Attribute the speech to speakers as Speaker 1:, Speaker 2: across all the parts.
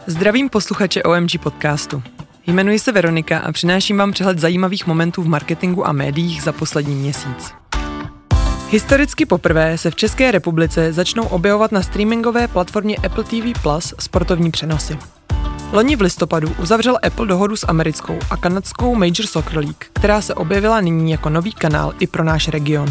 Speaker 1: Zdravím posluchače OMG podcastu. Jmenuji se Veronika a přináším vám přehled zajímavých momentů v marketingu a médiích za poslední měsíc. Historicky poprvé se v České republice začnou objevovat na streamingové platformě Apple TV Plus sportovní přenosy. Loni v listopadu uzavřel Apple dohodu s americkou a kanadskou Major Soccer League, která se objevila nyní jako nový kanál i pro náš region.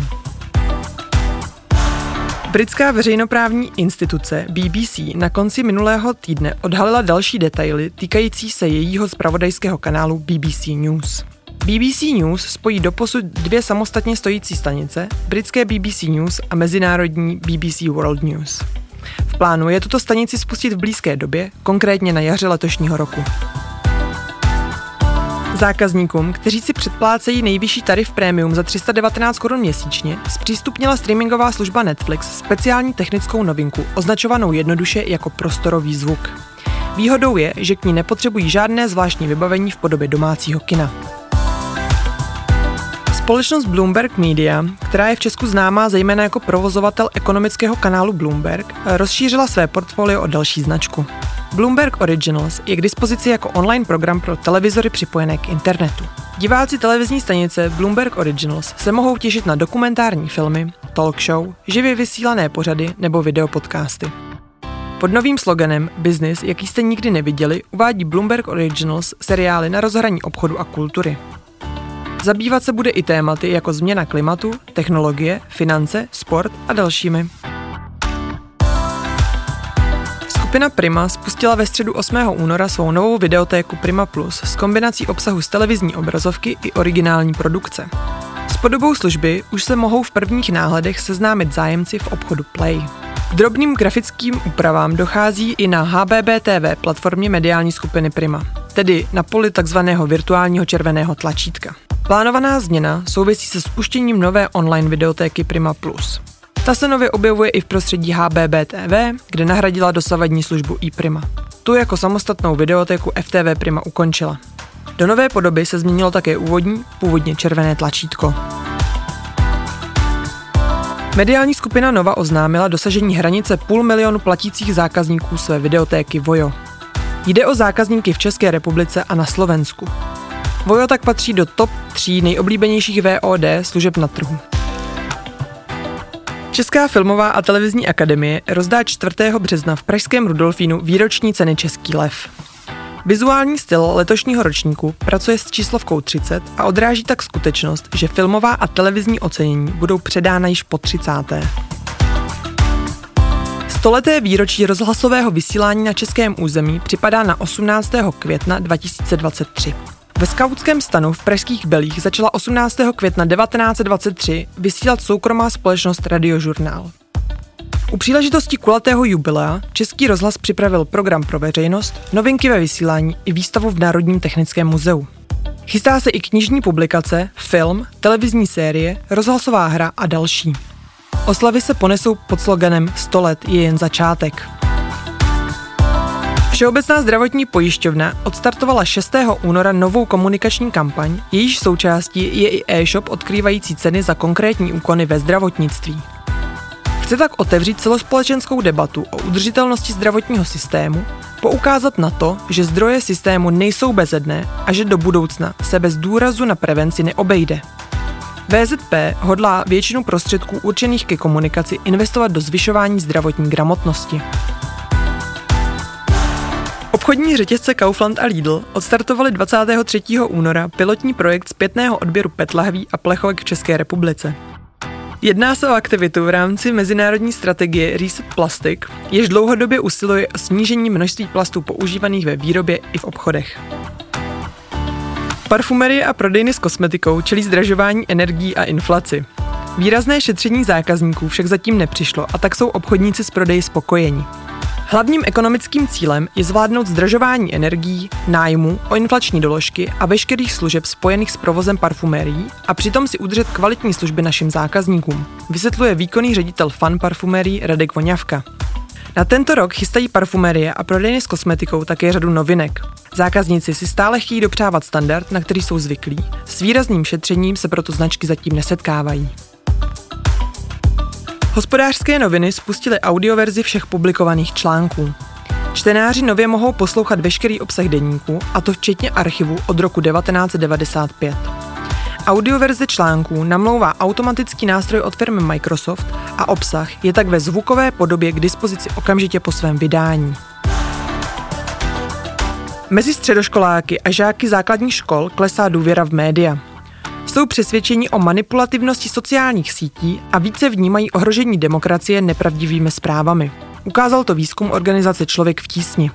Speaker 1: Britská veřejnoprávní instituce BBC na konci minulého týdne odhalila další detaily týkající se jejího zpravodajského kanálu BBC News. BBC News spojí doposud dvě samostatně stojící stanice, britské BBC News a mezinárodní BBC World News. V plánu je tuto stanici spustit v blízké době, konkrétně na jaře letošního roku. Zákazníkům, kteří si předplácejí nejvyšší tarif prémium za 319 Kč měsíčně, zpřístupnila streamingová služba Netflix speciální technickou novinku, označovanou jednoduše jako prostorový zvuk. Výhodou je, že k ní nepotřebují žádné zvláštní vybavení v podobě domácího kina. Společnost Bloomberg Media, která je v Česku známá zejména jako provozovatel ekonomického kanálu Bloomberg, rozšířila své portfolio o další značku. Bloomberg Originals je k dispozici jako online program pro televizory připojené k internetu. Diváci televizní stanice Bloomberg Originals se mohou těšit na dokumentární filmy, talk show, živě vysílané pořady nebo videopodcasty. Pod novým sloganem Business, jaký jste nikdy neviděli, uvádí Bloomberg Originals seriály na rozhraní obchodu a kultury. Zabývat se bude i tématy jako změna klimatu, technologie, finance, sport a dalšími. Skupina Prima spustila ve středu 8. února svou novou videotéku Prima Plus s kombinací obsahu z televizní obrazovky i originální produkce. S podobou služby už se mohou v prvních náhledech seznámit zájemci v obchodu Play. K drobným grafickým úpravám dochází i na HBBTV platformě mediální skupiny Prima, tedy na poli takzvaného virtuálního červeného tlačítka. Plánovaná změna souvisí se spuštěním nové online videotéky Prima Plus. Ta se nově objevuje i v prostředí HBBTV, kde nahradila dosavadní službu iPrima. Tu jako samostatnou videotéku FTV Prima ukončila. Do nové podoby se změnilo také původně červené tlačítko. Mediální skupina Nova oznámila dosažení hranice 500 000 platících zákazníků své videotéky Vojo. Jde o zákazníky v České republice a na Slovensku. Vojo tak patří do top 3 nejoblíbenějších VOD služeb na trhu. Česká filmová a televizní akademie rozdá 4. března v pražském Rudolfínu výroční ceny Český lev. Vizuální styl letošního ročníku pracuje s číslovkou 30 a odráží tak skutečnost, že filmová a televizní ocenění budou předána již po 30. Stoleté výročí rozhlasového vysílání na českém území připadá na 18. května 2023. Ve skautském stanu v pražských Belích začala 18. května 1923 vysílat soukromá společnost Radiožurnál. U příležitosti kulatého jubilea Český rozhlas připravil program pro veřejnost, novinky ve vysílání i výstavu v Národním technickém muzeu. Chystá se i knižní publikace, film, televizní série, rozhlasová hra a další. Oslavy se ponesou pod sloganem 100 let je jen začátek. Všeobecná zdravotní pojišťovna odstartovala 6. února novou komunikační kampaň, jejíž součástí je i e-shop odkrývající ceny za konkrétní úkony ve zdravotnictví. Chce tak otevřít celospolečenskou debatu o udržitelnosti zdravotního systému, poukázat na to, že zdroje systému nejsou bezedné a že do budoucna se bez důrazu na prevenci neobejde. VZP hodlá většinu prostředků určených ke komunikaci investovat do zvyšování zdravotní gramotnosti. Obchodní řetězce Kaufland a Lidl odstartovali 23. února pilotní projekt zpětného odběru PET lahví a plechovek v České republice. Jedná se o aktivitu v rámci mezinárodní strategie Reset Plastic, jež dlouhodobě usiluje o snížení množství plastů používaných ve výrobě i v obchodech. Parfumerie a prodejny s kosmetikou čelí zdražování energií a inflaci. Výrazné šetření zákazníků však zatím nepřišlo a tak jsou obchodníci s prodeji spokojeni. Hlavním ekonomickým cílem je zvládnout zdražování energií, nájmu, o inflační doložky a veškerých služeb spojených s provozem parfumérií a přitom si udržet kvalitní služby našim zákazníkům, vysvětluje výkonný ředitel Fun parfumérií Radek Voňavka. Na tento rok chystají parfumerie a prodejny s kosmetikou také řadu novinek. Zákazníci si stále chtějí dopřávat standard, na který jsou zvyklí, s výrazným šetřením se proto značky zatím nesetkávají. Hospodářské noviny spustily audioverzi všech publikovaných článků. Čtenáři nově mohou poslouchat veškerý obsah deníku, a to včetně archivu od roku 1995. Audioverze článků namlouvá automatický nástroj od firmy Microsoft a obsah je tak ve zvukové podobě k dispozici okamžitě po svém vydání. Mezi středoškoláky a žáky základních škol klesá důvěra v média. Jsou přesvědčeni o manipulativnosti sociálních sítí a více vnímají ohrožení demokracie nepravdivými zprávami. Ukázal to výzkum organizace Člověk v tísni.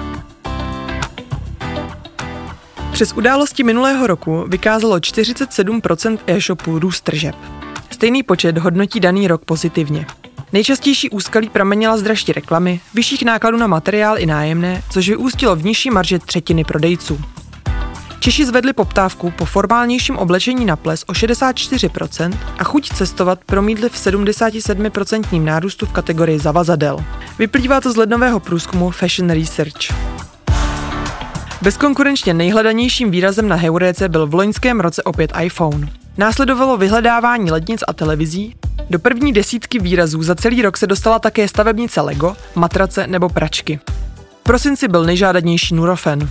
Speaker 1: Přes události minulého roku vykázalo 47% e-shopů růst tržeb. Stejný počet hodnotí daný rok pozitivně. Nejčastější úskalí pramenila z dražší reklamy, vyšších nákladů na materiál i nájemné, což vyústilo v nižší marže třetiny prodejců. Češi zvedli poptávku po formálnějším oblečení na ples o 64% a chuť cestovat promítli v 77% nárůstu v kategorii zavazadel. Vyplývá to z lednového průzkumu Fashion Research. Bezkonkurenčně nejhledanějším výrazem na heuréce byl v loňském roce opět iPhone. Následovalo vyhledávání lednic a televizí. Do první desítky výrazů za celý rok se dostala také stavebnice Lego, matrace nebo pračky. V prosinci byl nejžádanější Nurofen.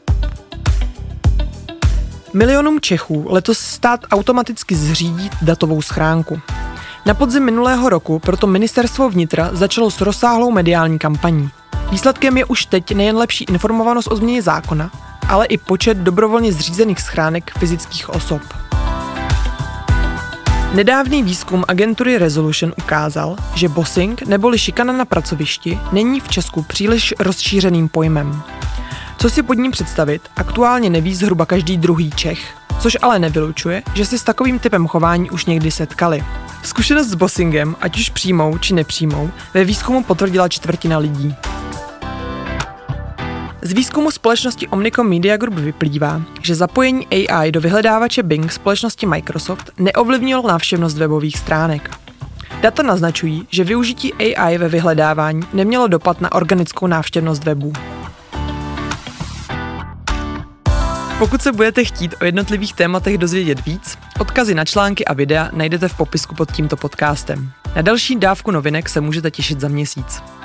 Speaker 1: Milionům Čechů letos stát automaticky zřídí datovou schránku. Na podzim minulého roku proto ministerstvo vnitra začalo s rozsáhlou mediální kampaní. Výsledkem je už teď nejen lepší informovanost o změně zákona, ale i počet dobrovolně zřízených schránek fyzických osob. Nedávný výzkum agentury Resolution ukázal, že bossing neboli šikana na pracovišti není v Česku příliš rozšířeným pojmem. Co si pod ním představit, aktuálně neví zhruba každý druhý Čech, což ale nevylučuje, že si s takovým typem chování už někdy setkali. Zkušenost s bossingem, ať už přímou či nepřímou, ve výzkumu potvrdila čtvrtina lidí. Z výzkumu společnosti Omnicom Media Group vyplývá, že zapojení AI do vyhledávače Bing společnosti Microsoft neovlivnilo návštěvnost webových stránek. Data naznačují, že využití AI ve vyhledávání nemělo dopad na organickou návštěvnost webů. Pokud se budete chtít o jednotlivých tématech dozvědět víc, odkazy na články a videa najdete v popisku pod tímto podcastem. Na další dávku novinek se můžete těšit za měsíc.